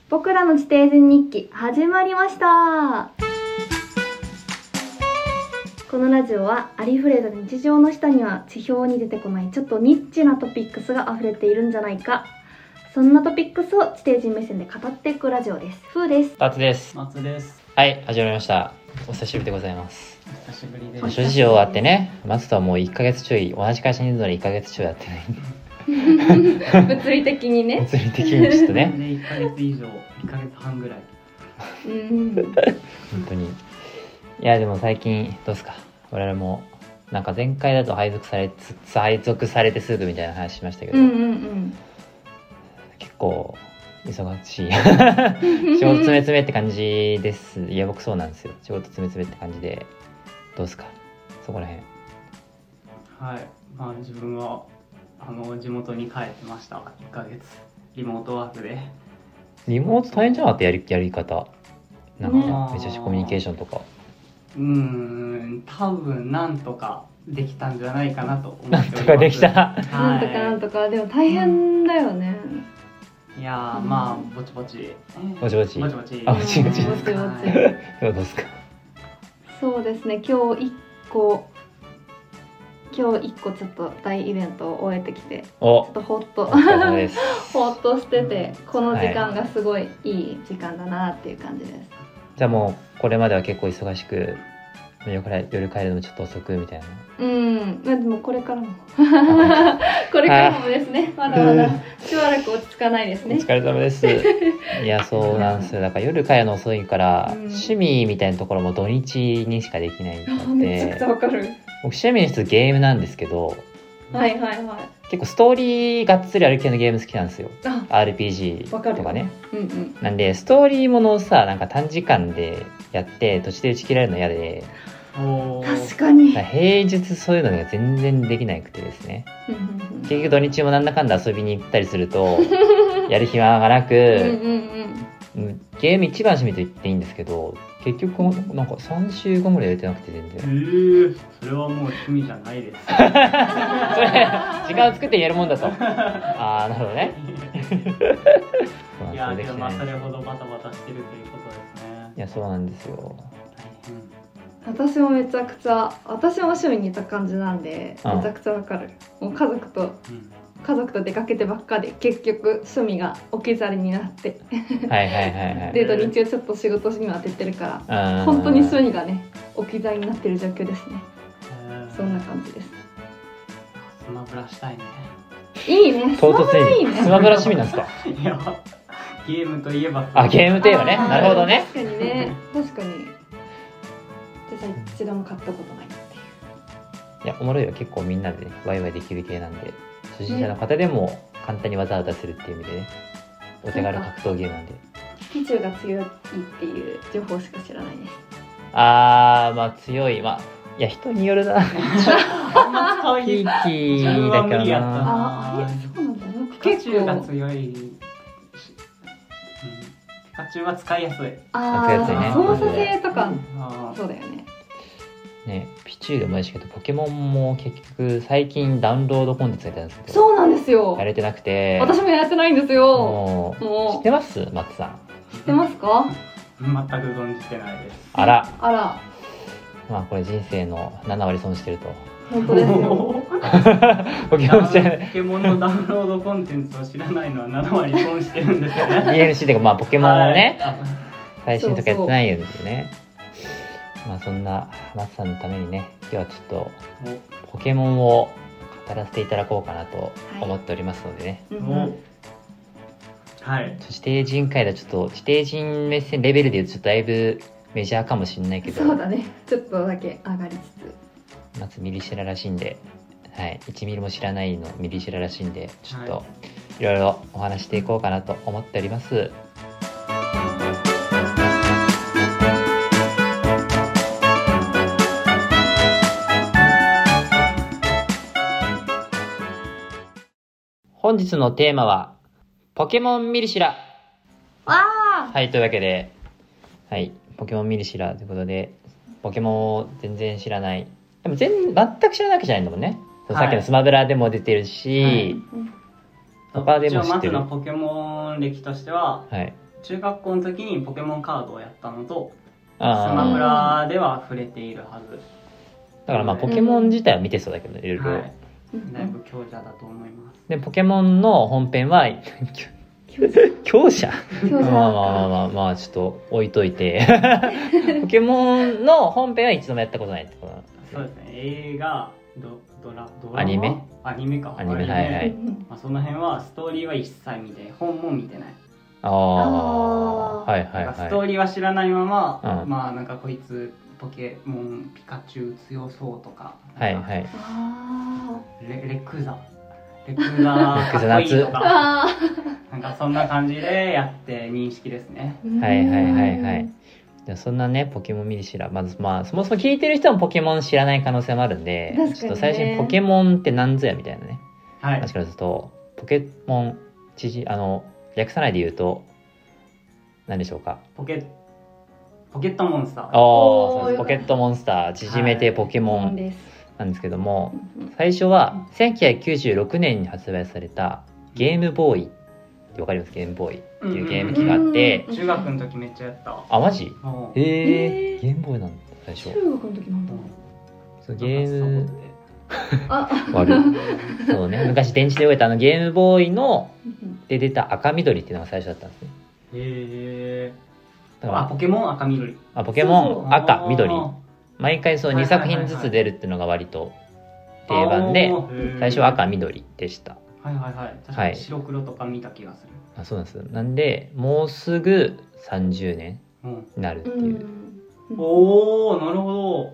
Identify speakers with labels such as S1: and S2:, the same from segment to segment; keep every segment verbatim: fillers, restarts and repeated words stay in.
S1: 僕らの地底人日記始まりました。このラジオはありふれた日常の下には地表に出てこないちょっとニッチなトピックスが溢れているんじゃないか、そんなトピックスを地底人目線で語っていくラジオです。ふうです。
S2: タツです。
S3: 松です。
S2: はい、始まりました。お久しぶりでございます。
S3: お久しぶりです。
S2: 諸事情あってね、松とはもういっかげつちょい、同じ会社にいるのにいっかげつちょいやってない
S1: んで物理的にね
S2: 物理的にちょっとね
S3: いっかげつ以上、いっかげつはんぐらい
S1: うん
S2: 本当に。いやでも最近どうですか。我々もなんか前回だと配属され配属されてすぐみたいな話しましたけど、
S1: うんうんうん、
S2: 結構忙しい仕事詰め詰めって感じです。いや僕そうなんですよ。仕事詰め詰めって感じで。どうですかそこら辺。
S3: はい、まあ自分はあの地元に帰ってました。いっかげつリモートワークで。
S2: リモート大変じゃなかった。やりやり方なんかめちゃくちゃコミュニケーションとか。
S3: うーん、多分なんとかできたんじゃないかなと思っております。
S2: なんとかできた。
S1: なんとかなんとか。でも大変だよね。
S3: いやー、まあぼちぼち
S2: ぼちぼち
S3: ぼちぼち
S2: あぼちぼち
S1: ぼちぼち
S2: どうですか。
S1: そうですね、今日いっこ今日いっこちょっと大イベントを終えてきて、ちょっとホッと
S2: お疲れ様です
S1: ホッとしてて、この時間がすごいいい時間だなっていう感じです。はい、
S2: じゃあもうこれまでは結構忙しく夜帰るのもちょっと遅くみたいな。
S1: うん、でもこれからもこれからもですね、まだまだしばらく落ち着かないですね。
S2: お疲れ様です。いやそうなんですよ。だから夜帰るの遅いから、うん、趣味みたいなところも土日にしかできないので。
S1: めちゃくちゃわかる。
S2: 僕趣味の一つゲームなんですけど、
S1: はいはいはい、
S2: 結構ストーリーがっつりある系のゲーム好きなんですよ。 アールピージー とかね。
S1: うんうん、
S2: なんでストーリーものをさ、なんか短時間でやって途中で打ち切られるの嫌で。
S1: 確かに
S2: 平日そういうのが全然できなくてですね結局土日もなんだかんだ遊びに行ったりするとやる暇がなくうんうん、うん、ゲーム一番趣味と言っていいんですけど、結局なんかさんしゅうかんぐらいやれてなくて全然。
S3: えー、それはもう趣味じゃないですそれ
S2: 時間を作ってやるもんだとああなるほどね
S3: いやでもまあそれほどバタバタしてるということですね。
S2: いやそうなんですよ。
S1: 私もめちゃくちゃ、私も趣味に似た感じなんで、めちゃくちゃわかる。もう家族と、うん、家族と出かけてばっかで結局趣味が置き去りになって
S2: はいはいはいはい。
S1: で土日はちょっと仕事に当ててるから本当に趣味がね置き去りになってる状況ですね。そんな感じです。
S3: スマブラしたいね。
S1: いいね。
S2: 唐突にいいね。スマブラ趣味なんですか。
S3: いやゲームといえば
S2: あゲームといえばね。なるほどね。
S1: 確かにね、確かに一度も買ったことないっていう。
S2: いやおもろいよ。結構みんなで、ね、ワイワイできる系なんで、初心者の方でも簡単に技を出せるっていう意味でね、お手軽格闘ゲームなんで。
S1: ピチューが強いっていう情報しか知らないです。
S2: あーまあ強い、まあいや人によるな。ピーキーだからな。
S1: あーそうなんだね。
S3: ピカチュウが強い。ピカチュウは使いやすい。
S1: ああ、操作性とか、うん、そうだよね。
S2: ね、ピチューでもいいしけど、ポケモンも結局最近ダウンロードコンテンツやってたんですけど、
S1: そうなんですよ。
S2: やれてなくて。
S1: 私もやってないんですよ。
S2: もうもう知ってます、マツさん。
S1: 知ってますか？
S3: 全く存じてないです。
S2: あら。
S1: あら。
S2: まあこれ人生のななわり損してると。
S1: 本当ですよ。
S2: ポケモン知らない。
S3: ポケモンのダウンロードコンテンツを知らないのはななわり損してるんですよね。
S2: ディーエルシー っていうかまあポケモンをね、最新とかやってないんですよね。まあそんな松さんのためにね、今日はちょっとポケモンを語らせていただこうかなと思っておりますのでね。
S3: はい。
S2: 地底人界だちょっと地底人目線レベルで言うとちょっとだいぶメジャーかもしれないけど。
S1: そうだね。ちょっとだけ上がりつつ。
S2: 松ミリシラらしいんで、はい、いちミリも知らないのミリシラらしいんで、ちょっといろいろお話していこうかなと思っております。本日のテーマはポケモンミリシラ。
S1: わー。
S2: はい、というわけで、はい、ポケモンミリシラということで、ポケモンを全然知らない。でも全全く知らないわけじゃないんだもんね。はい、さっきのスマブラでも出てるし、はい、他でも知ってる。
S3: 一応松のポケモン歴としては、
S2: はい、
S3: 中学校の時にポケモンカードをやったのとス
S2: あ
S3: マブラでは触れているはず。
S2: だからまあポケモン自体は見てそうだけどいろいろ、
S3: はい、だいぶ強者だと思います。
S2: でポケモンの本編は強者まあまあまあまあまあちょっと置いといてポケモンの本編は一度もやったことないってことなんですね。
S3: そうですね。映画ドドラドラマ
S2: アニメ
S3: アニメか
S2: アニメはいはい、
S3: まあ、その辺はストーリーは一切見て本も見てない。
S2: ああはいはいはい。
S3: ストーリーは知らないまま、
S2: うん、
S3: まあなんかこいつポケモンピカチュウ強そうとか、
S2: はいはい。
S3: レレクザレクザかっこいいとかなんかそんな感じでやって認識ですね。
S2: はいはいはいはい。そんなねポケモン見る知らまずまあそもそも聞いてる人もポケモン知らない可能性もあるんで、ね、ちょっと最初にポケモンって何ぞやみたいなね、はい、話からするとポケモン知事あの略さないで言うと何でしょうか。
S3: ポケポケットモンスター。ああ
S2: そうです。ポケットモンスター縮めてポケモンなんですけども、はい、最初はせんきゅうひゃくきゅうじゅうろくねんに発売されたゲームボーイってわかります？ゲームボーイっていうゲーム機があって、
S3: 中学の時めっちゃやった。
S2: あマジ？へえー、ゲームボーイなんだ最初。
S1: 中学の時なんだ。
S2: そうゲーム悪い。そうね昔電池で終えたあのゲームボーイので出た赤緑っていうのが最初だったんですね。
S3: へえ。あポケモン赤緑。
S2: あポケモン赤緑。毎回そうにさく品ずつ出るっていうのが割と定番で、最初は赤緑でした。
S3: はいはいはい。確かに白黒とか見た気がする。
S2: あそうなんです。なんでもうすぐさんじゅうねんになるっていう。
S3: うん、おおなるほど。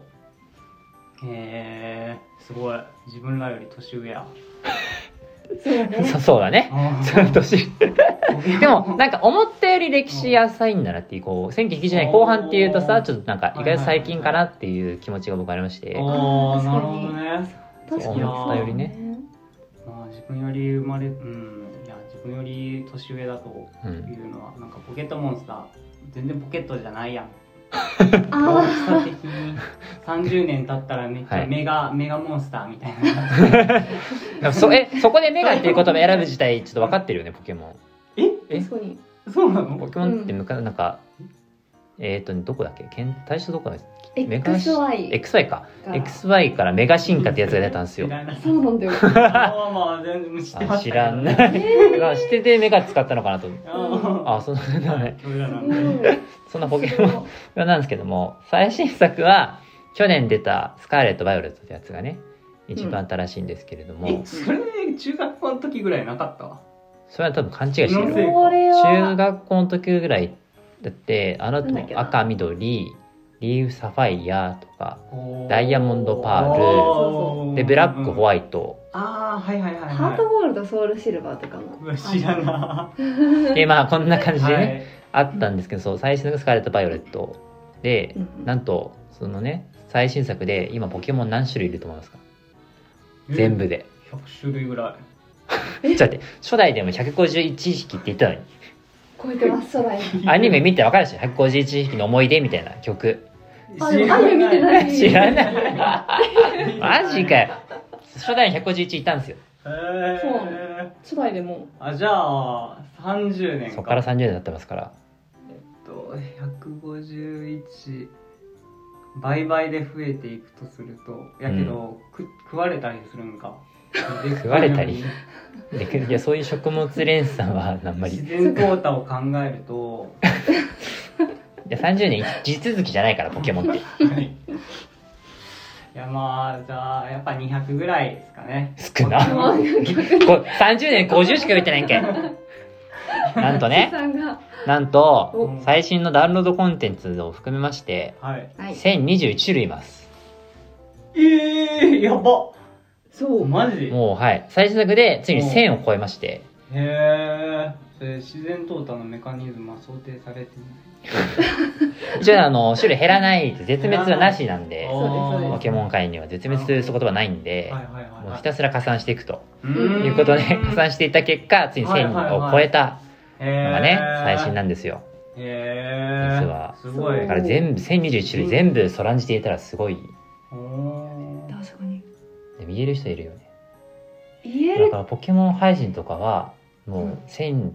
S3: へえすごい自分らより年上や。
S1: そうだね。
S2: そ, そうだね。年でもなんか思ったより歴史浅いんだなっていうこうせんきゅうひゃくきゅうじゅうねんこう半っていうとさちょっとなんか意外と最近かなっていう気持ちが僕ありまして。
S3: ああなるほどね。
S2: そう思ったよりね。
S3: まあ自分より生まれうんいや自分より年上だというのは、うん、なんかポケットモンスター全然ポケットじゃないやん。大きさ的にさんじゅうねん経ったらめっちゃメガ、はい、メガモンスターみたい
S2: なそ, えそこでメガっていう言葉選ぶ自体ちょっと分かってるよねポケモン。
S3: え
S1: え
S3: そうなの？
S2: ポケモンって昔なんか、うん、えっ、ー、とどこだっけ対象どこだっけ？
S1: エクスワイ
S2: エックスワイ か エックスワイ からメガ進化ってやつが出たんですよ。
S1: そうなんだよ。
S3: あまあ全然知ってました、ね、
S2: 知らんない。知っててメガ使ったのかなと。あ、そんなね。そんなポケモンなんですけども、最新作は去年出たスカーレット・バイオレットってやつがね、一番新しいんですけれども。
S3: うん、え、それ中学校の時ぐらいなかった？
S2: それは多分勘違いしてる。中学校の時ぐらいだってあの後赤緑。リーフサファイアとかダイヤモンドパールでブラックホワイト、
S3: ああはいはいはい、はい、
S1: ハートゴールドソウルシルバーとかも
S3: 知らな
S2: でまあこんな感じでね、はい、あったんですけどそう最新のスカーレット・バイオレットで、うん、なんとそのね最新作で今ポケモン何種類いると思いますか？全部で
S3: ひゃくしゅるいぐら
S2: い。ちょっと待って初代でもひゃくごじゅういちひきって言ったのに
S1: 超えてます初代。
S2: アニメ見て分かるでしょひゃくごじゅういちひきの思い出みたいな曲。
S1: あでもアニメ見てない。
S2: 知らないマジかよ。初代にひゃくごじゅういちいたんですよ。
S3: へえ
S1: そう初代でも
S3: あじゃあさんじゅうねんか。
S2: そっからさんじゅうねん経ってますから。
S3: えっとひゃくごじゅういち倍々で増えていくとするとやけど、うん、食われたりするんか。
S2: 食われたりいやそういう食物連鎖はあんまり
S3: 自然淘汰を考えると
S2: いやさんじゅうねん地続きじゃないからポケモンってい
S3: やまあじゃあやっぱにひゃくぐらいですかね。
S2: 少なさんじゅうねんごじゅうしか言ってないんかい。なんとねなんと最新のダウンロードコンテンツを含めまして、はい、せんにじゅういちしゅるいいます。
S3: えーやばそうマジ
S2: もうはい最新作でついにせんを超えまして。
S3: へえそれ自然淘汰のメカニズムは想定されてない
S2: 一応あの種類減らない絶滅はなしなんでポケモン界には絶滅ということはないんで、もうひたすら加算していくということで加算していった結果ついにせんを超えたのがね最新なんですよ。
S3: へ
S2: 実は
S3: すごい。
S2: だから全部せんにじゅういちしゅるい全部そらんじていたらすごい。
S1: 確かに
S2: 言える人いるよね。
S1: 言える。
S2: だからポケモン配信とかはもうせん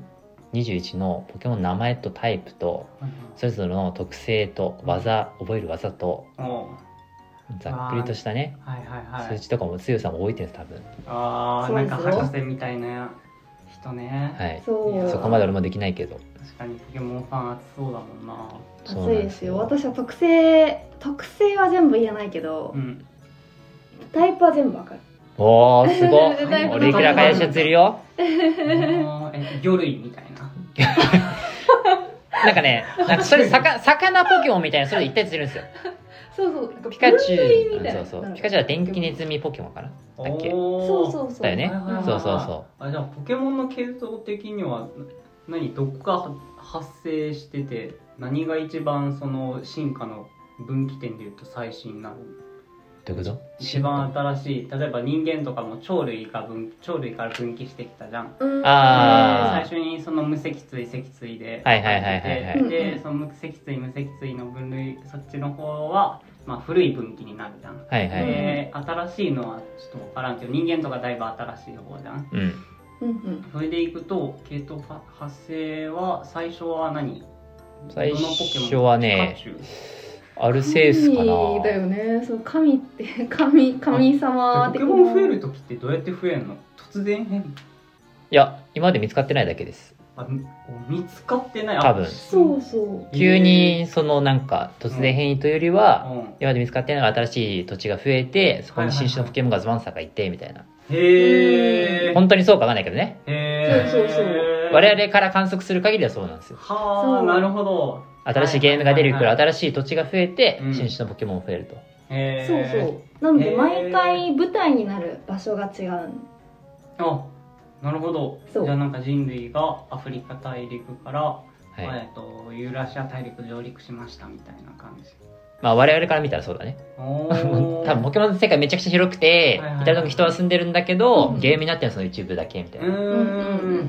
S2: にじゅういちのポケモンの名前とタイプとそれぞれの特性と技、覚える技とざっくりとしたね、
S3: はいはいはい、
S2: 数値とかも強さも多いってんです多分。
S3: ああ、なんか博士みたいな人ね。
S2: はい。そうそこまで俺もできないけど。
S3: 確かにポケモンファン熱そうだもんな。
S1: 熱いですよ。私は特性特性は全部言えないけど、うん、タイプは全部わかる。
S2: おーすごい。俺いくらかやしやついるよ。
S3: え、魚類みたいな。
S2: なんかね、なんかそれ魚魚ポケモンみたいなそれで言ったやついるんですよ。
S1: そうそう、なんか
S2: ピカチュウ、そうそう、ピカチュウは電気ネズミポケモンかな。だっけ。
S1: そうそうそう。
S2: だよね。そうそうそう。
S3: あ、じゃあポケモンの系統的には何どこが発生してて、何が一番その進化の分岐点でいうと最新なの？
S2: どういうこと？
S3: 一番新しい、例えば人間とかも鳥類が分鳥類から分岐してきたじゃん。ああ。最初にその無脊椎脊椎で、
S2: はいはいはいはいはい。
S3: でその無脊椎無脊椎の分類そっちの方はまあ古い分岐になるじゃん。はいはい。で新しいのはちょっと分からんけど人間とかだいぶ新しい方じゃん。うん。それでいくと系統発生は最初は何？
S2: 最初はね。アルセウスかな。
S1: 神だよね。そう神って神神様
S3: 的な。ポケモン増える時ってどうやって増えるの？突然変？い
S2: や今まで見つかってないだけです。
S3: あ、見つかってない。
S2: 多分。
S1: そうそう。
S2: 急にそのなんか突然変異というよりは、うん、今まで見つかってない新しい土地が増えてそこに新種のポケモンがズバンサがいてみたいな。
S3: へえ。
S2: 本当にそうかわかんないけどね。
S3: へえ。そうそうそう。
S2: 我々から観測する限りはそうなんですよ。
S3: はあ、なるほど。
S2: 新しいゲームが出るから新しい土地が増えて、うん、新種のポケモンも増えると。
S1: へそうそう。なので毎回舞台になる場所が違う。
S3: あ、なるほど。じゃあなんか人類がアフリカ大陸から、はい、えっとユーラシア大陸上陸しましたみたいな感じ。
S2: まあ我々から見たらそうだね。多分ポケモンの世界めちゃくちゃ広くて、至るとこ人は住んでるんだけど、うん、ゲームになってるのはその一部だけみたいな。うん、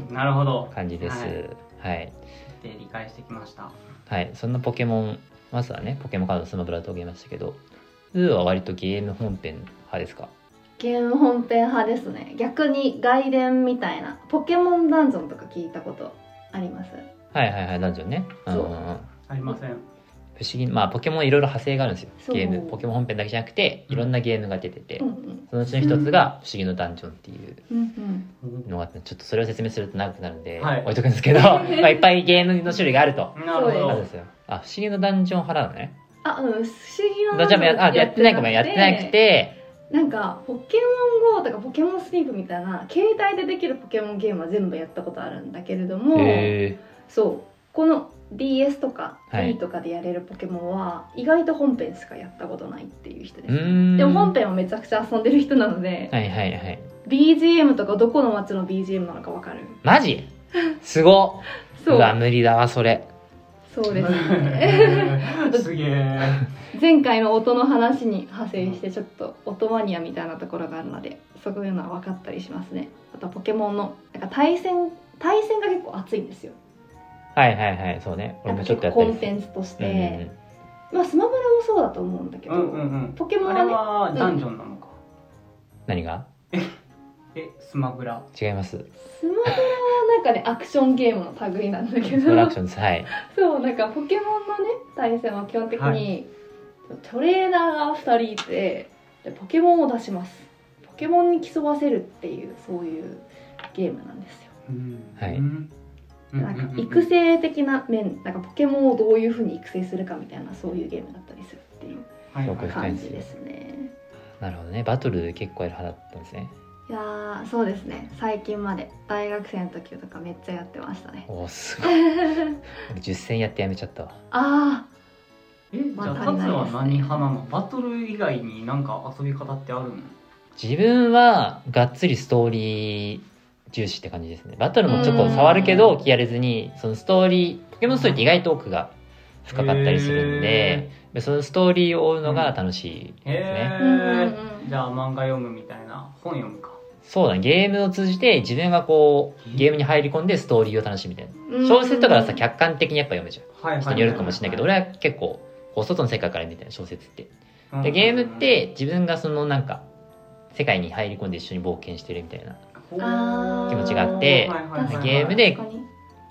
S3: なるほど。
S2: 感じです。はい。はい、
S3: で理解してきました。
S2: はい、そんなポケモン、まずはね、ポケモンカードスマブラと言いましたけど、ズーは割とゲーム本編派ですか？
S1: ゲーム本編派ですね。逆に外伝みたいな、ポケモンダンジョンとか聞いたことあります？
S2: はいはいはい、ダンジョンね。
S3: そう。ありません。
S2: 不思議、まあポケモンいろいろ派生があるんですよ。ゲーム、ポケモン本編だけじゃなくて、いろんなゲームが出てて、うんうん、そのうちの一つが不思議のダンジョンっていうのがあって、ちょっとそれを説明すると長くなるんで、はい、置いとくんですけど、まあいっぱいゲームの種類があると。
S3: なるほど。
S2: ですよ。あ、不思議のダンジョン派なのね。
S1: あ、うん、不思議のダンジョン
S2: や, あやってないかもやってなくて、
S1: なんかポケモン ゴー とかポケモンスニークみたいな携帯でできるポケモンゲームは全部やったことあるんだけれども、そうこのディーエス とか Wii とかでやれるポケモンは意外と本編しかやったことないっていう人です、ね、でも本編はめちゃくちゃ遊んでる人なので、
S2: はいはいはい、
S1: ビージーエム とかどこの街の ビージーエム なのかわかる？
S2: マジ？すごっ。そううわ無理だわそれ。
S1: そうですね
S3: すげえ。
S1: 前回の音の話に派生してちょっと音マニアみたいなところがあるのでそういうのは分かったりしますね。あとポケモンのなんか対戦対戦が結構熱いんですよ。
S2: はいはいはいそうね。俺もちょっとやったり
S1: コンテンツとして、うんうん、まあスマブラもそうだと思うんだけど、うんうんうん、ポケモンはね、
S3: あれはダンジョンなのか、うん、
S2: 何が？
S3: えスマブラ
S2: 違います。
S1: スマブラはなんかねアクションゲームの類なんだけど、
S2: アクションです。はい。
S1: そうなんかポケモンのね対戦は基本的に、はい、トレーナーがふたりいてでポケモンを出します。ポケモンに競わせるっていうそういうゲームなんですよ。
S2: うん、はい。
S1: なんか育成的な面、なんかポケモンをどういう風に育成するかみたいなそういうゲームだったりするっていう感じですね。
S2: なるほどね。バトル結構やる派だったんですね。
S1: いやーそうですね。最近まで大学生の時とかめっちゃやってましたね。
S2: おーすごい。じゅっ戦やってやめちゃったわ。
S1: あー
S3: え、じゃあタツは何派なの？バトル以外に何か遊び方ってあるの？
S2: 自分はがっつりストーリー重視って感じですね。バトルもちょっと触るけど気やれずに、そのストーリー、ポケモンストーリーって意外と奥が深かったりするんで、そのストーリーを追うのが楽しいですね。
S3: へー。じゃあ漫画読むみたいな、本読むか。
S2: そうだね。ゲームを通じて自分がこうゲームに入り込んでストーリーを楽しむみたいな。小説とかはさ客観的にやっぱ読めちゃう。はいはいはいはい、人によるかもしれないけど、俺は結構こう外の世界から見たいな小説って。でゲームって自分がそのなんか世界に入り込んで一緒に冒険してるみたいな気持ちがあって、ゲームで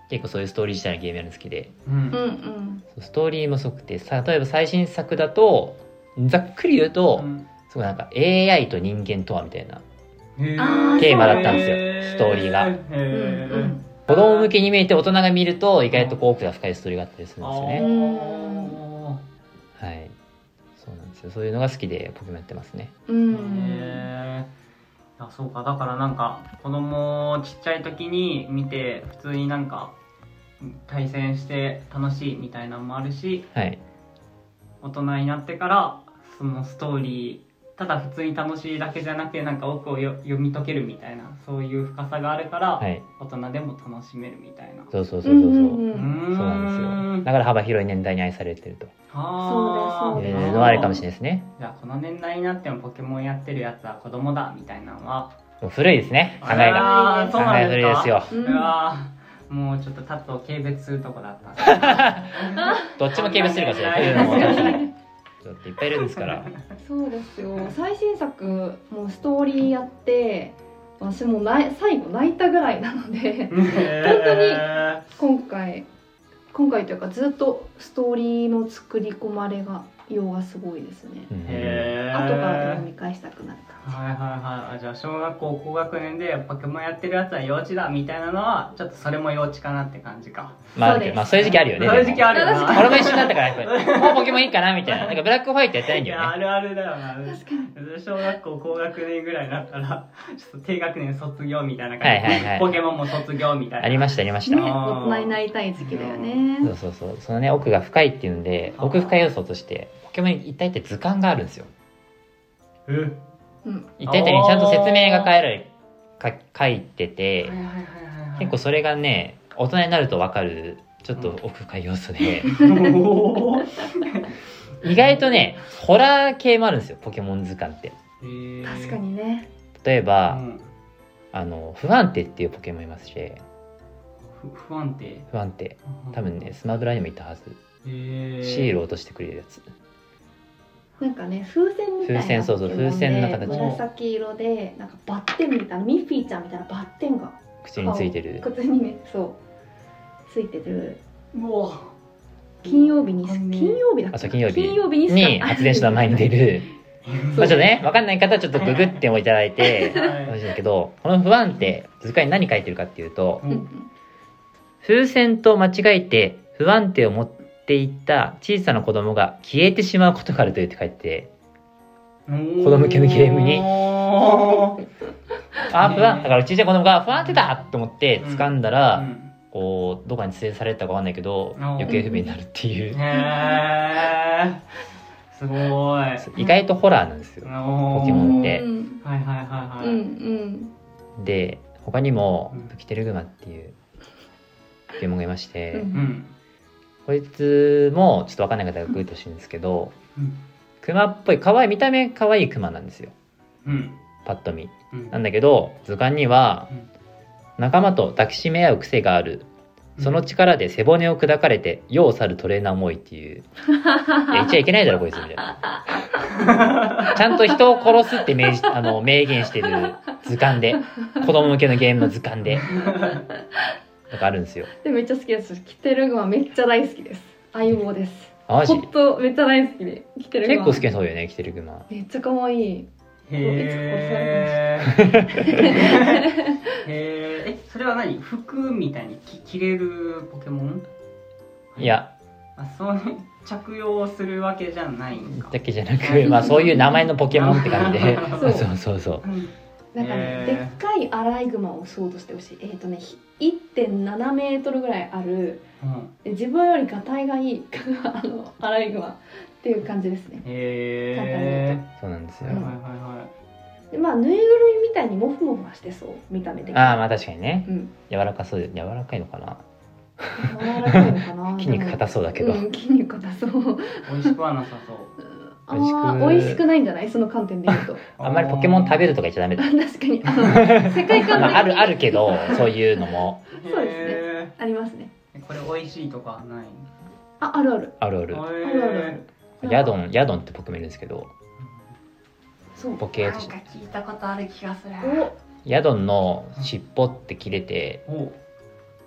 S2: 結構そういうストーリー自体のゲームやるの好きで、
S3: うん
S1: うんうん
S2: ストーリーもすごくて、さ例えば最新作だとざっくり言うと、
S3: うん
S2: すごいなんか エーアイ と人間とはみたいな
S3: へー
S1: あー
S2: テーマだったんですよストーリーが。
S3: へ
S1: うん
S3: ー
S1: うん
S2: 子供向けに見えて大人が見ると意外とこう奥が深いストーリーがあったりするんですよ
S3: あ
S2: ね。
S1: ー
S2: はい、そうなんですよ。そういうのが好きでポケモンやってますね。
S1: うん
S3: へーあそうか、だからなんか子供ちっちゃい時に見て普通になんか対戦して楽しいみたいなのもあるし、
S2: はい
S3: 大人になってからそのストーリーただ普通に楽しいだけじゃなくてなんか奥をよ読み解けるみたいなそういう深さがあるから、
S2: はい、
S3: 大人でも楽しめるみたいな。
S2: そうそうそうそうそう、
S1: うんうんうん
S3: うーん
S2: そうなんですよ。だから幅広い年代に愛されてると
S3: あー
S1: そうです
S2: いうのはあるかもしれないですね。
S3: じゃあこの年代になってもポケモンやってるやつは子供だみたいなのは
S2: もう古いですね、考えが。
S3: あーそう
S2: 考え
S3: なんですか。
S2: 古いですよ。
S1: うん
S3: うわーもうちょっとタットを軽蔑するとこだった
S2: どっちも軽蔑するかそれ、古いのも新しいのちょっといっぱいいるんですから。
S1: そうですよ。最新作もうストーリーやって私もない最後泣いたぐらいなので今回今回というかずっとストーリーの作り込まれがようがすごいですね。
S2: うん
S3: へー
S1: 後からでも見返したくなる感じ。
S3: はいはいはい。じゃあ小学校高学年でポケモンやってるやつは幼稚だみたいなのはちょっとそれも幼稚かなって感じか。
S2: まあ、
S1: そうです
S2: まあそういう時期あるよね。
S3: そういう時期あるよ
S1: でも
S3: な。
S2: 俺も一緒だったからやっぱりもうポケモンいいかなみたいな。なんかブラックホワイトやってないん
S3: いやあ
S2: だよね。
S3: るあるだよな。
S1: 確かに。
S3: 小学校高学年ぐらいになったらちょっと低学年卒業みたいな
S2: は
S3: 感じで、
S2: いはいはい。
S3: ポケモンも卒業みたいな。
S2: ありましたありまし
S1: ね、
S2: た。
S1: 大人になりたい時期だよね。
S2: そうそうそう。そのね奥が深いっていうんで、奥深い要素としてポケモンに一体って図鑑があるんですよ。
S3: えはい
S1: うん。
S2: 一体にちゃんと説明が書いられか書いてて、
S3: はいはいはいはい。
S2: 結構それがね大人になると分かるちょっと奥深い要素で、
S3: おー
S2: 意外とねホラー系もあるんですよポケモン図鑑って。
S3: へー
S1: 確かにね。
S2: 例えば、
S3: うん
S2: あの不安定っていうポケモンいますし、
S3: ふ不安定。
S2: 不安定多分ねスマブラにもいたはず。
S3: へー
S2: シールを落としてくれるやつ。
S1: なんかね風船みたいな
S2: 風船そうそう
S1: ポケモンで
S2: 風船の形
S1: 紫色でなんかバッテンみたいなミッフィーちゃんみたいなバッテンが
S2: 口についてる。
S1: 靴にねそうついてる。
S3: うわ
S1: 金曜日に
S3: わかんねえ
S1: 金曜日だっけ
S2: あそう金曜日
S1: 金曜日にしか
S2: に発電所の前に出るまあちょっとね分かんない方はちょっとググってもいただいて
S3: はい
S2: 欲しいんだけど、この不安定図鑑に何書いてるかっていうと、
S1: うんうん
S2: 風船と間違えて不安定を持っていった小さな子供が消えてしまうことがあるというって書いてて、
S3: 子
S2: 供向けのゲームに
S3: う
S2: あ不安だから小さい子供が不安定だと思って掴んだら、
S3: ん、
S2: こうどこに連れ去られたか分かんないけど
S3: うん
S2: 行方不明になるっていう、
S3: へーすごい
S2: 意外とホラーなんですよ。
S3: ポ
S2: ポケモンって
S1: うん
S3: はいはいはいはい、
S1: うんうん
S2: で他にも
S3: うん
S2: プキテルグマっていうポケモンがいまして、
S1: うん
S3: うん
S2: こいつもちょっと分かんない方がグーってほしいんですけど、
S3: うん
S2: クマっぽい可愛い見た目可愛いクマなんですよ
S3: うん
S2: パッと見
S3: うん
S2: なんだけど、図鑑には
S3: うん
S2: 仲間と抱きしめ合う癖がある、その力で背骨を砕かれて世を去るトレーナーも多いっていう、いや言っちゃいけないだろこいつみたいな、ちゃんと人を殺すって明示あの明言してる図鑑で、子供向けのゲームの図鑑でなんかあるんですよ。
S1: でめっちゃ好きです。キテルグマめっちゃ大好きです。相棒です。
S2: マジ
S1: ほんとめっちゃ大好きでキテルグマ
S2: 結構好きなそうよねキテルグマ。
S1: めっちゃ可愛い。
S3: へーへーえそれは何服みたいにき着れるポケモン
S2: いや
S3: あそうね着用するわけじゃないんか
S2: だけじゃなく、まあそういう名前のポケモンって感じで
S1: そう
S2: そうそうそう
S1: なんかね、
S3: へー
S1: でっかいアライグマを想像してほしい。えっ、とね いってんななメートルぐらいある
S3: うん
S1: で自分よりがたいがいいあのアライグマっていう感じですね。
S3: へ
S2: そうなんですよ、
S3: ーはいはいは
S1: でまあぬいぐるみみたいにモフモフはしてそう見た目的に。
S2: ああまあ確かにね
S1: うん。
S2: 柔らかそうで柔らかいのかな
S1: 柔らかいのかな。
S2: 筋肉硬そうだけど、
S1: うん、筋肉硬そう。
S3: い美味しくはなさそう
S1: あ
S2: 美味しく
S1: ー美味しくないんじゃないその観点で言うと。
S2: あんまりポケモン食べるとか言っちゃダメだ、
S1: 確かにあの世界観的に、
S2: まあ、あるあるけどそういうのも
S1: そうですね
S3: へ
S1: ありますね。
S3: ーこれ美味しいとかない
S1: ああるある
S2: あるある
S1: あるあるある。
S2: ヤドンヤドンってポケモンいるんですけど
S1: そう。
S2: ポケーとして
S3: 聞いたことある気がする
S1: お
S2: ヤドンの尻尾って切れて
S3: お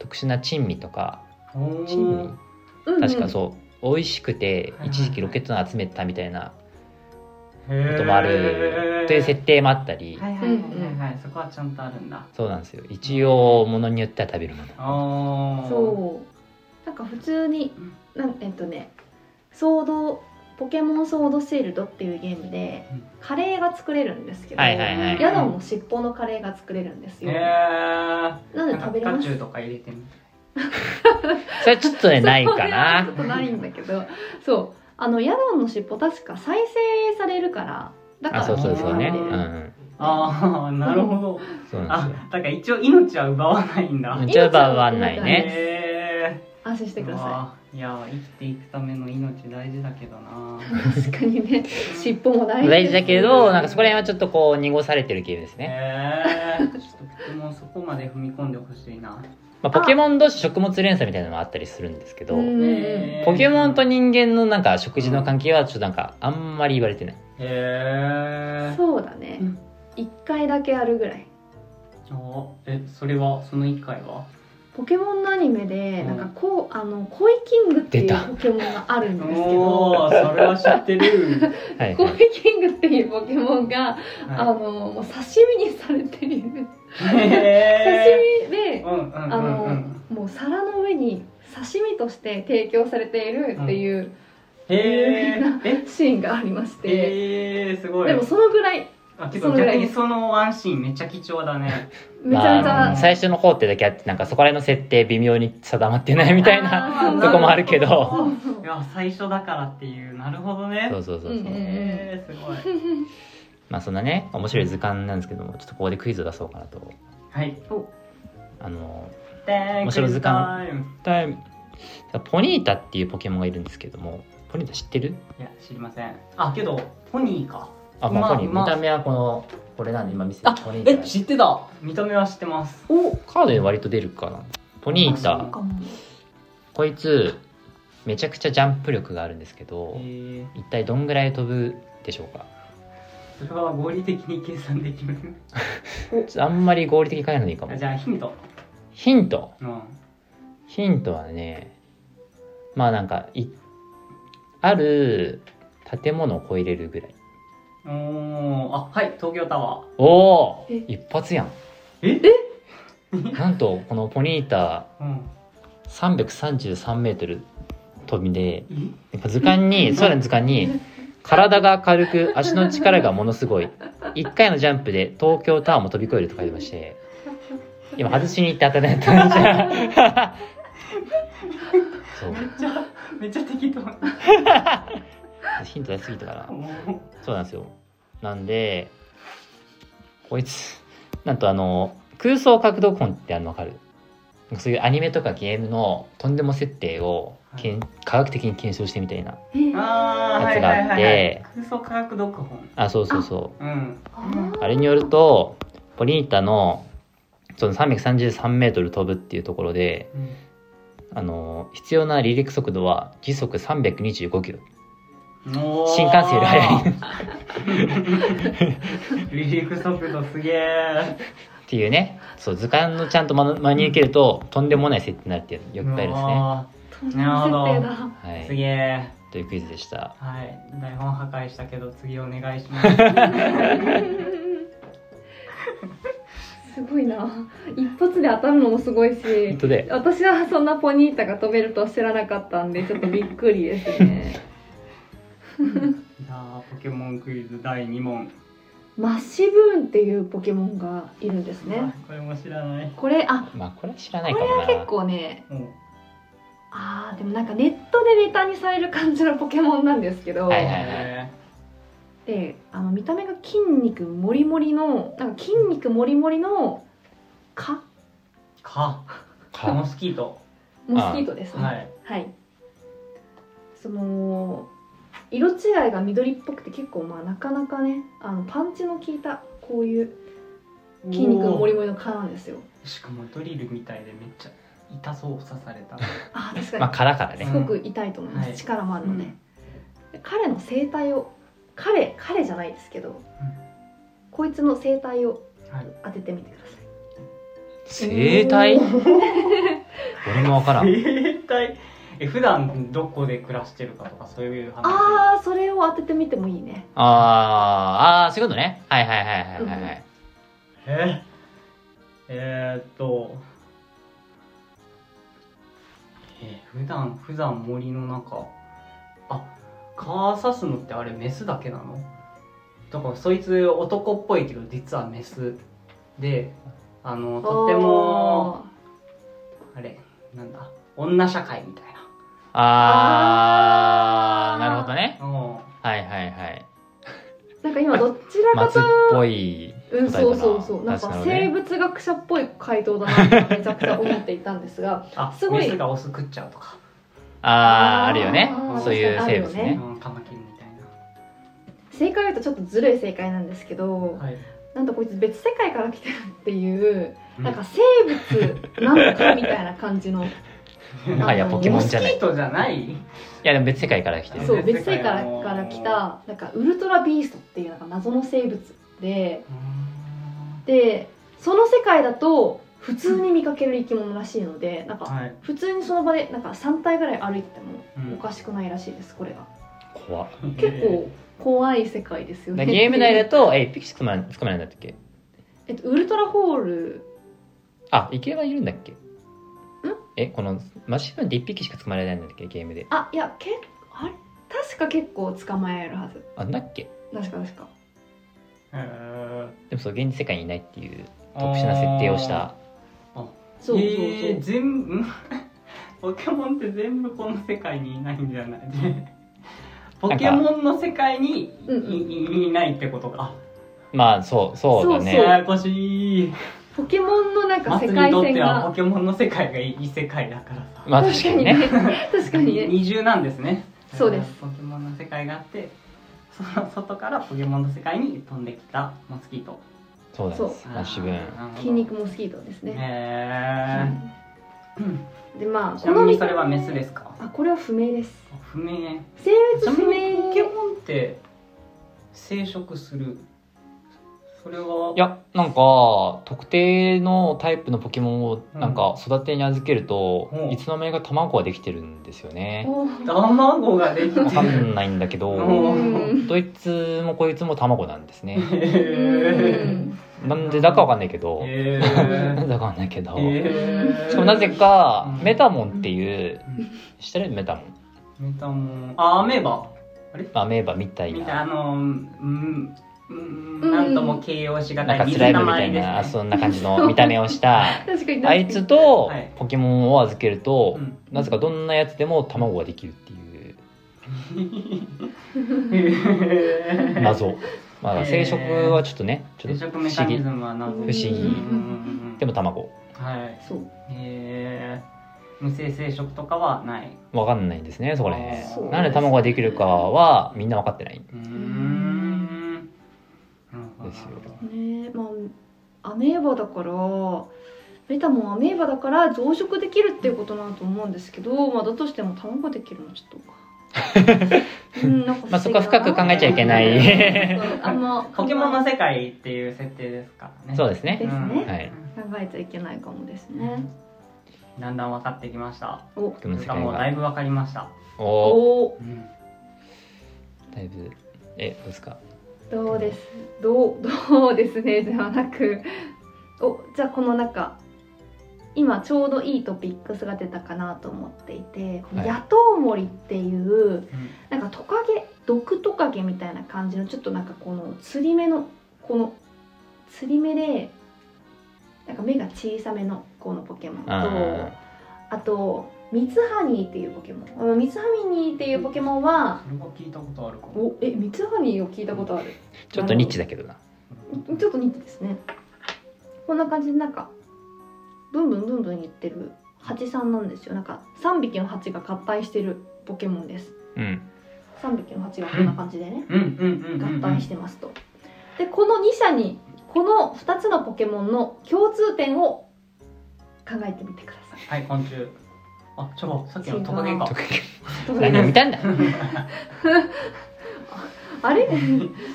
S2: 特殊な珍味とか珍味
S1: うんうん、
S2: 確かそう美味しくて一時期ロケットの集めてたみたいなこともあるという設定もあったり、
S3: はいはいはいはい、そこはちゃんとあるんだ。
S2: そうなんですよ。一応ものによっては食べるもの。
S3: あ
S1: そうなんか普通になんえっとねソードポケモンソードシールドっていうゲームでカレーが作れるんですけど、
S2: はいはいはい、
S1: ヤドンの尻尾のカレーが作れるんですよ。
S3: へえ。
S1: なんで食べれます。
S3: ピカチュウとか入れてみ
S2: それちょっとねないかな。
S1: ちょっとないんだけど、そうあのヤドンの尻尾確か再生されるからだから
S2: あそうそうそうね。
S1: う
S2: んうん、
S3: ああなるほど。
S2: そうなんですよ。
S3: あだから一応命は奪わないんだ。
S2: 命は奪わないね。
S3: へー
S1: 安心してくださ
S3: い。いや生きていくための命大事だけどな。
S1: 確かにね尻尾も大事
S2: 大事だけどなんかそこら辺はちょっとこう濁されてるゲームですね。
S3: へえ。ちょっとポケモンそこまで踏み込んでほしいな。
S2: まあ、ポケモン同士食物連鎖みたいなのもあったりするんですけど、ポケモンと人間のなんか食事の関係はちょっとなんかあんまり言われてない。
S3: へえ。
S1: そうだね一、うん、回だけあるぐらい。
S3: あえそれはその一回は
S1: ポケモンのアニメでなんかこうあのコイキングっていうポケモンがあるんですけど、
S3: おそれは知ってる
S1: はい、コイキングっていうポケモンが、はい、あのもう刺身にされている刺身で、うんうんうんうん、あのもう皿の上に刺身として提供されているっていう、うん、有名なシーンがありまして、
S3: えー、すごい。
S1: でもそのぐらい
S3: あけど逆にそのワンシーンめっちゃ貴重だね。
S1: めちゃめちゃ、
S2: まあ、最初の方ってだけあってなんかそこら辺の設定微妙に定まってないみたいなとこもあるけど
S3: いや最初だからっていうなるほどね。
S2: そうそうそうそう、
S3: えー、すごい
S2: まあそんなね面白い図鑑なんですけどもちょっとここでクイズを出そうかなと。
S3: はい
S2: あの面白い図鑑タイムポニータっていうポケモンがいるんですけどもポニータ知ってる？
S3: いや知りません。あけどポニーか
S2: あ、まあ、ポニー、見た目はこのこれなんで今見せて
S3: るポニータ。え知ってた。見た目は知ってます。
S2: おカードで割と出るかな。ポニータこいつめちゃくちゃジャンプ力があるんですけど一体どんぐらい飛ぶでしょうか？
S3: それは合理的に計算できる
S2: あんまり合理的に考えないのいいかも。
S3: じゃあヒント
S2: ヒント、
S3: うん、
S2: ヒントはねまあなんかいある建物を超えれるぐらい。
S3: おーあはい東京タワー。
S2: おお一発やん。
S3: え
S2: なんとこのポニータ、うん、さんびゃくさんじゅうさんメートル飛びで図鑑にそうなん図鑑に体が軽く足の力がものすごいいっかいのジャンプで東京タワーも飛び越えると書いてまして今外しに行って当たらないと思っちゃうそう
S3: めっちゃめっちゃ適当
S2: ヒント出しすぎたからそうなんですよ。なんでこいつなんとあの空想角度本ってあるの分かる？そういうアニメとかゲームのとんでも設定を、はい、科学的に検証してみたいなやつがあって
S3: 空想科学読本
S2: あそうそうそう
S3: あ,、うん、
S2: あれによるとポニータのそのさんびゃくさんじゅうさんメートル飛ぶっていうところで、うん、あの必要な離陸速度は時速さんびゃくにじゅうごキロ新幹線より速い
S3: 離陸速度すげえ
S2: っていうねそう図鑑のちゃんと真に受けるととんでもない設定になるっていうよくあるです
S3: ね。なるほど、
S1: はい、
S3: すげえ
S2: というクイズでした。
S3: はい台本破壊したけど次お願いします
S1: すごいな一発で当たるのもすごいし
S2: 本当で
S1: 私はそんなポニータが飛べるとは知らなかったんでちょっとびっくりですね
S3: じゃあポケモンクイズだいに問
S1: マッシブーンっていうポケモンがいるんですね。
S3: これも知らない。
S1: これあ
S2: まあこれ知らないかもな。
S1: これは結構ね、うん、あーでもなんかネットでネタにされる感じのポケモンなんですけど、
S2: はいはいはい、
S1: であの見た目が筋肉もりもりのなんか筋肉もりもりの蚊
S3: 蚊蚊モスキート
S1: モスキートですね。はい、はい、その色違いが緑っぽくて結構まあなかなかねあのパンチの効いたこういう筋肉のもりもりの蚊なんですよ。
S3: しかもドリルみたいでめっちゃ痛そう刺された。
S1: あ確かに、
S2: まあ、蚊だからね
S1: すごく痛いと思います、うん、力もあるので、うん、彼の生態を彼彼じゃないですけど、うん、こいつの生態を当ててみてください。
S2: 生態俺もわからん。
S3: 生態え普段どこで暮らしてるかとかそういう話。
S1: ああそれを当ててみてもいいね。
S2: あーあーそういうことね。はいはいはいはいはい、はい、
S3: ええー、っとえー、普段普段森の中あ蚊刺すのってあれメスだけなの？だからそいつ男っぽいけど実はメスであのとってもあれなんだ女社会みたいな。
S2: あーなるほどね。はいはいはい。
S1: なんか今どちらかと
S2: 松っぽい
S1: うん、そうそうそうなんか生物学者っぽい回答だなってめちゃくちゃ思っていたんですが
S3: あ
S1: すごい
S3: メスがオス食っちゃうとか
S2: あーあるよねそういう生物ね、
S3: うん、カマキリみたいな。
S1: 正解を言うとちょっとずるい正解なんですけど、はい、なんとこいつ別世界から来てるっていう、うん、なんか生物なのかみたいな感じの
S2: あいやポケモンじゃない。
S3: モスキートじゃない？い
S2: やでも別世界から来てる。
S1: そう別世界から来たなんかウルトラビーストっていうなんか謎の生物で、でその世界だと普通に見かける生き物らしいので、なんか普通にその場でなんかさん体ぐらい歩いててもおかしくないらしいですこれが。
S2: 怖っ。
S1: 結構怖い世界ですよね。
S2: ゲーム内だとえ一匹しか捕まらないんだったっけ？
S1: えっとウルトラホール
S2: あイケメンいるんだっけ？えこのマシュマロっていっぴきしか捕まえられないんだっけゲームで。
S1: あいやけあれ確か結構捕まえるはず。
S2: あんだっけ？
S1: 確か確か。
S3: へ
S2: でもそう現実世界にいないっていう特殊な設定をした。
S3: あそうそうそう、えー、全部ポケモンって全部この世界にいないんじゃないポケモンの世界に い, い, いないってことか。
S2: まあそうそうだね。
S3: ややこしい。
S1: ポケモンのなんか世界線が
S3: ポケモンの世界がいい世界だからさ。
S2: まあ確かにね。
S1: 確かにね。
S3: 二重なんですね。
S1: そうです。
S3: ポケモンの世界があって、その外からポケモンの世界に飛んできたモスキート。
S2: そうなんです。マッシュブーン。
S1: 筋肉モスキートですね。
S3: へ
S1: ー。でまあ
S3: ちなみにそれはメスですか？
S1: あこれは不明です。
S3: 不明。
S1: 性別不明。
S3: ポケモンって生殖する。それはい
S2: やなんか特定のタイプのポケモンをなんか育てに預けると、うん、いつの間にか卵ができてるんですよね。
S3: 卵ができてる。
S2: わかんないんだけどどいつもこいつも卵なんですね。なんでだかわかんないけどなんでだかわかんないけどしかもなぜかメタモンっていう知ってる？メタモン
S3: メタモンあアメーバあれ
S2: アメーバみたいな
S3: みたいなあのうんなんとも形容しがたい
S2: なんかスライムみたいな、ね、そんな感じの見た目をしたあいつとポケモンを預けると、はい、なぜかどんなやつでも卵ができるっていう謎。まあ生殖はちょっとねちょっと不思議不思議でも卵
S3: はいそうへー無性生殖とかはない
S2: 分かんないんですねそこら辺。なんで卵ができるかはみんな分かってない。うーん
S1: ですよね。まあアメーバだからメタモンアメーバだから増殖できるっていうことなんだと思うんですけど、まあだとしても卵ができるのはちょっとうん、なんか
S2: まあそこは深く考えちゃいけない
S3: あのポケモンの世界っていう設定ですからね。
S2: そうですね。
S1: ですね、うん
S2: はい、
S1: 考えちゃいけないかもですね。
S3: だんだん分かってきました。
S1: お
S3: しかもだいぶ分かりました。
S2: おお、うん、だいぶえどうですか？
S1: どうですどうどうですねではなくおじゃあこの中今ちょうどいいトピックスが出たかなと思っていて、この野党森っていう、うん、なんかトカゲ毒トカゲみたいな感じのちょっとなんかこの釣り目のこの釣り目でなんか目が小さめのこのポケモンと あ, あとミツハニーっていうポケモンミツハニーっていうポケモンは
S3: それは聞いたことあるかも。
S1: おえミツハニーを聞いたことある。
S2: ちょっとニッチだけどな。
S1: ちょっとニッチですね。こんな感じでなんかブンブンブンブン言ってるハチさんなんですよ。なんかさんびきのハチが合体してるポケモンです、うん、さんびきのハチがこんな感じでね合体してますと。でこのに社にこのふたつのポケモンの共通点を考えてみてください。
S3: はい、昆虫。あ、ちょっとさっきのトカゲか。
S2: 何を見たんだ
S1: あれ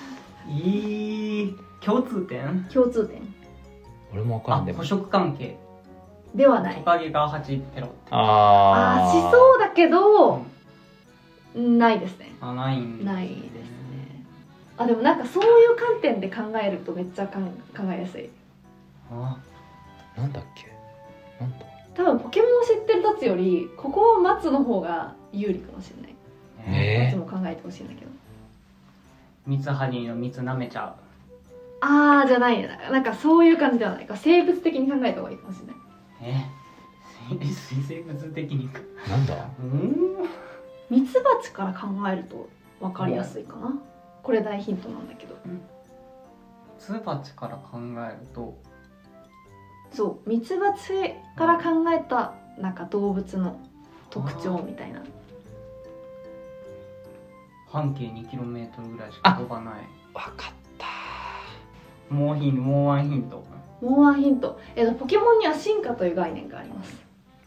S3: いい共通点
S1: 共通点
S2: 俺も分かんない。
S3: 捕食関係
S1: ではない。
S3: トカゲがはちペロ。
S2: あ
S1: あーしそうだけど、うん、ないですね。
S3: あ、ないん
S1: ないですね。あ、でもなんかそういう観点で考えるとめっちゃかん考えやすい。
S3: あ、
S2: なんだっけ、なんだ。
S1: 多分ポケモンを知ってるやつよりここは松の方が有利かもしれない。
S2: え
S1: 松も考えてほしいんだけど。
S3: ミツハニーの蜜舐めちゃう。
S1: あーじゃないね。なんかそういう感じではないか。生物的に考えた方がいいかもしれない。
S3: え、水生物的にか。
S2: なんだ。
S3: うん
S1: ミツバチから考えると分かりやすいかな。これ大ヒントなんだけど。
S3: ミツバチから考えると、
S1: そうミツバチから考えたなんか動物の特徴みたいな。
S3: 半径 にキロメートル ぐらいしか飛ばない。
S2: わかった。
S3: もうヒンもうワンヒント。
S1: もうワンヒント。えっとポケモンには進化という概念があります。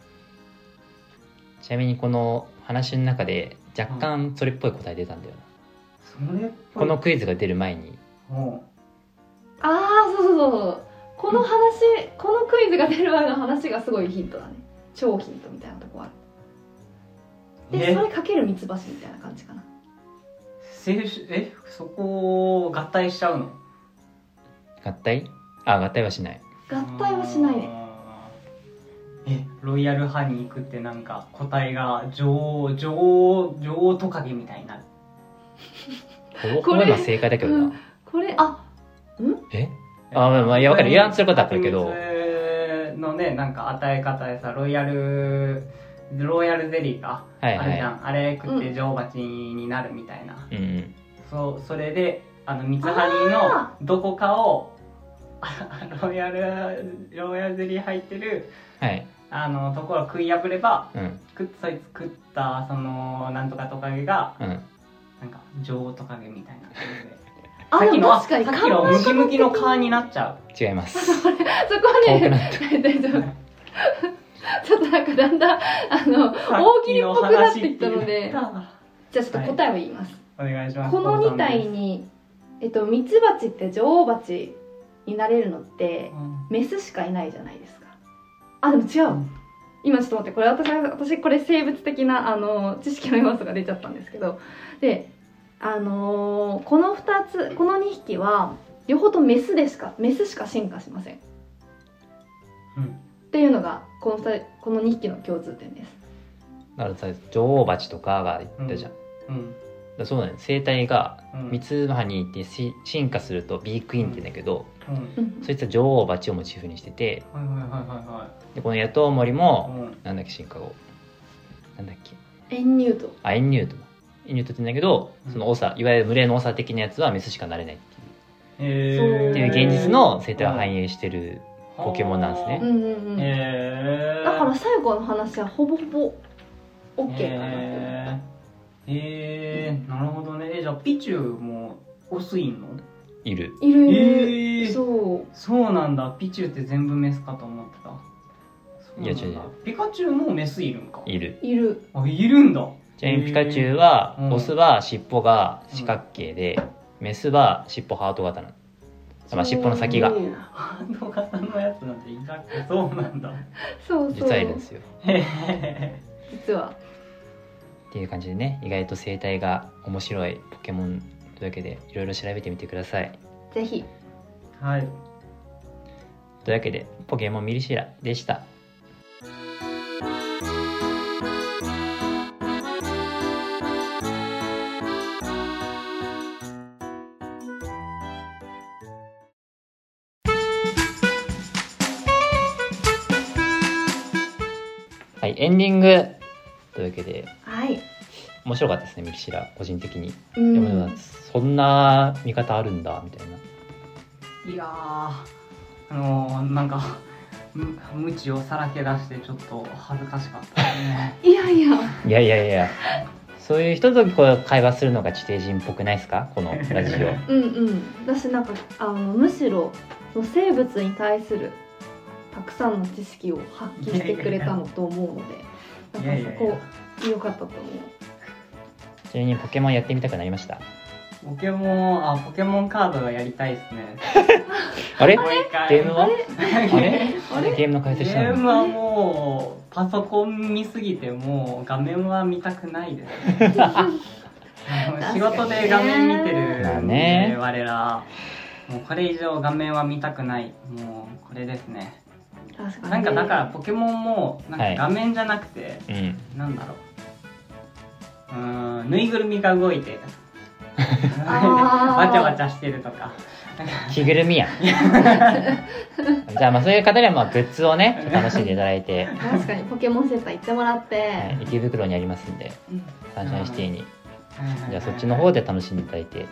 S2: ちなみにこの話の中で若干それっぽい答え出たんだよな、
S3: それっぽい。
S2: このクイズが出る前に。
S3: も
S1: ああそうそうそうそう。この話、このクイズが出る前の話がすごいヒントだね。超ヒントみたいなとこある。でそれかけるミツバチみたいな感じかな。
S3: せえそこを合体しちゃうの？
S2: 合体？あ、合体はしない。
S1: 合体はしないね。
S3: え、ロイヤルハニー食ってなんか個体が女王女王女王トカゲみたいになる。
S2: ほぼほぼ今正解だけどな、うん、
S1: これあん
S2: えあ、まあ、まあ、いや、わかる。言わんすることはわかるけど。
S3: のね、なんか与え方でさ、ロイヤル、ロイヤルゼリーか、はいはい、あるじゃん。あれ食って女王蜂になるみたいな。うん、そう、それで、あの、ミツハニーのどこかを、ロイヤル、ロイヤルゼリー入ってる、はい、あの、ところを食い破れば、うん、食そいつ食った、その、なんとかトカゲが、うん、なんか、女王トカゲみたいな感じで。
S1: あ、でも確かに
S3: さっきのムキムキの皮になっちゃ
S2: う。違います。
S1: そこはね、大丈夫。ちょっとなんかだんだんあの大喜利っぽくなってきたので、じゃあちょっと答えを言います。
S3: はい、お願いします。
S1: このに体に、えっとミツバチって女王バチになれるのって、うん、メスしかいないじゃないですか。あ、でも違う。うん、今ちょっと待って、これ私私これ生物的なあの知識の要素が出ちゃったんですけど、で。あのー、このふたつこのにひきは両方とメスでしかメスしか進化しません、うん、っていうのがこのふたこのにひきの共通点です。
S2: だからさ、女王蜂とかが言ったじゃん、うんうん、だそうなんです。生態がミツハニーってし進化するとビークイーンって言うんだけど、うん、そいつは女王蜂をモチーフにしてて、はいはいはいはい、でこのヤトウモリも、うん、なんだっけ進化後なんだっけ
S1: エンニュート
S2: あエンニュートだエンニュートって言うんだけど、その長いわゆる群れの長的なやつはメスしかなれないっていう、へーっていう現実の生態を反映してるポケモンなんですね。うんうんうん、
S1: へーだから最後の話はほぼほぼ OK かなって思った。へ
S3: えー、なるほどね。じゃあピチュウもオスいんの？
S2: いる
S1: いるいる、
S3: えー、そうそうなんだ。ピチュウって全部メスかと思ってた。
S2: いや違う違う、
S3: ピカチュウもメスいるんか？
S2: いる
S1: いる
S3: あ、いるんだ。
S2: ちなみにピカチュウは、うん、オスは尻尾が四角形で、うん、メスは尻尾ハート型なの。まあ、尻尾の先が
S3: ハート型のやつなんていなくて、そうなんだ。
S1: そうそう
S2: 実はいるんですよ。
S1: 実は
S2: っていう感じでね、意外と生態が面白いポケモンというわけでいろいろ調べてみてください。
S1: ぜひ。
S3: はい。
S2: というわけでポケモンミリシラでした。はい、エンディングというわけで、
S1: はい、
S2: 面白かったですねミリシラ個人的に。うん、でもそんな見方あるんだみたいな。
S3: いやー、あのー、なんか無知をさらけ出してちょっと恥ずかしかったですね。
S1: いやいや
S2: いやいやいや、そういう人とこう会話するのが地底人っぽくないですか、このラジオ。
S1: うんうん、私なんかあのむしろ生物に対するたくさんの知識を発揮してくれたのと思うので、なんかそこ良かったと思う。
S2: ちなみにポケモンやってみたくなりました？
S3: ポケモン、あ、ポケモンカードがやりたいですね。
S2: あれ？
S3: もう一回。
S2: ゲームは？あれ？あれ？ゲームの解説したの？
S3: ゲームはももうパソコン見すぎてもう画面は見たくないです仕事で画面見てるんで、ね、我らもうこれ以上画面は見たくない。もうこれですね。確かになんかだからポケモンもなんか画面じゃなくて、はい、うん、なんだろう、うーん、ぬいぐるみが動いてわちゃわちゃしてるとか
S2: 着ぐるみやんじゃあまあそういう方にはまあグッズをね楽しんでいただいて
S1: 確かにポケモンセンター行ってもらって、はい、
S2: 池袋にありますんで、うん、サンシャインシティに、じゃあそっちの方で楽しんでいただいて、うん、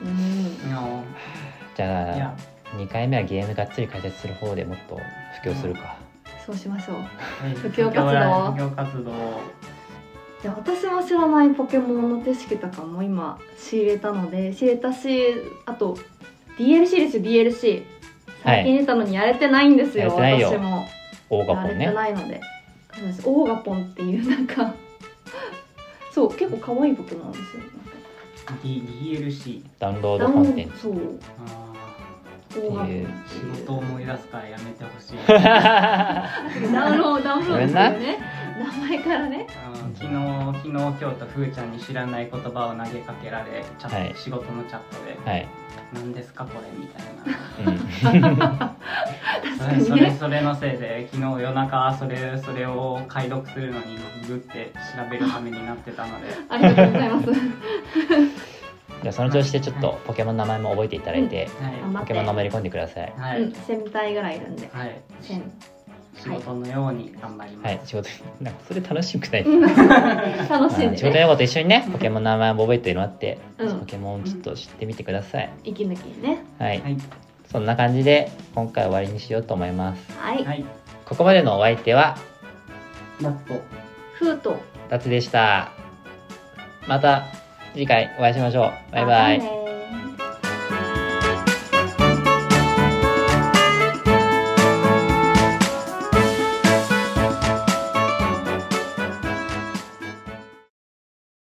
S2: じゃあにかいめはゲームがっつり解説する方でもっと布教するか、
S1: うん、そうしましょう、はい、布教活動
S3: 布教活動
S1: いや私も知らないポケモンの手式とかも今仕入れたので仕入れたし、あと ディーエルシー ですよ ディーエルシー 最近出たのにやれてないんですよ、はい、私も
S2: オーガポンね
S1: やれてないので、オーガポンっていうなんかそう結構可愛いポケモンですよ。
S3: ディーエルシー
S2: ダウンロードコンテンツ。
S3: そう仕事を思い出すからやめてほしい
S1: ダウンロードダウンロードですよね名前からね。
S3: 昨日昨日今日とふーちゃんに知らない言葉を投げかけられチャット、はい、仕事のチャットで、はい、何ですかこれみたいな、うん、確かにね、それそれのせいで昨日夜中それそれを解読するのにグッて調べるためになってたので
S1: ありがとうございます
S2: じゃあその調子でちょっとポケモンの名前も覚えていただいて、うんはい、ポケモンのめり込んでください。
S1: はい、うん、せん体ぐらいいるんで、はい、せん
S3: 仕事のように頑張ります。はい、
S2: 仕事なんかそれ楽しくない
S1: 楽しんで、ね、
S2: 仕事のこと一緒にね、ポケモンの名前も覚えてもらって、うん、ポケモンちょっと知ってみてください。
S1: 息抜きね。
S2: はい、はい、そんな感じで今回終わりにしようと思います。
S1: はい。はい、
S2: ここまでのお相手は
S3: マット、
S1: フート、
S2: タツでした。また次回お会いしましょう。バイバイ。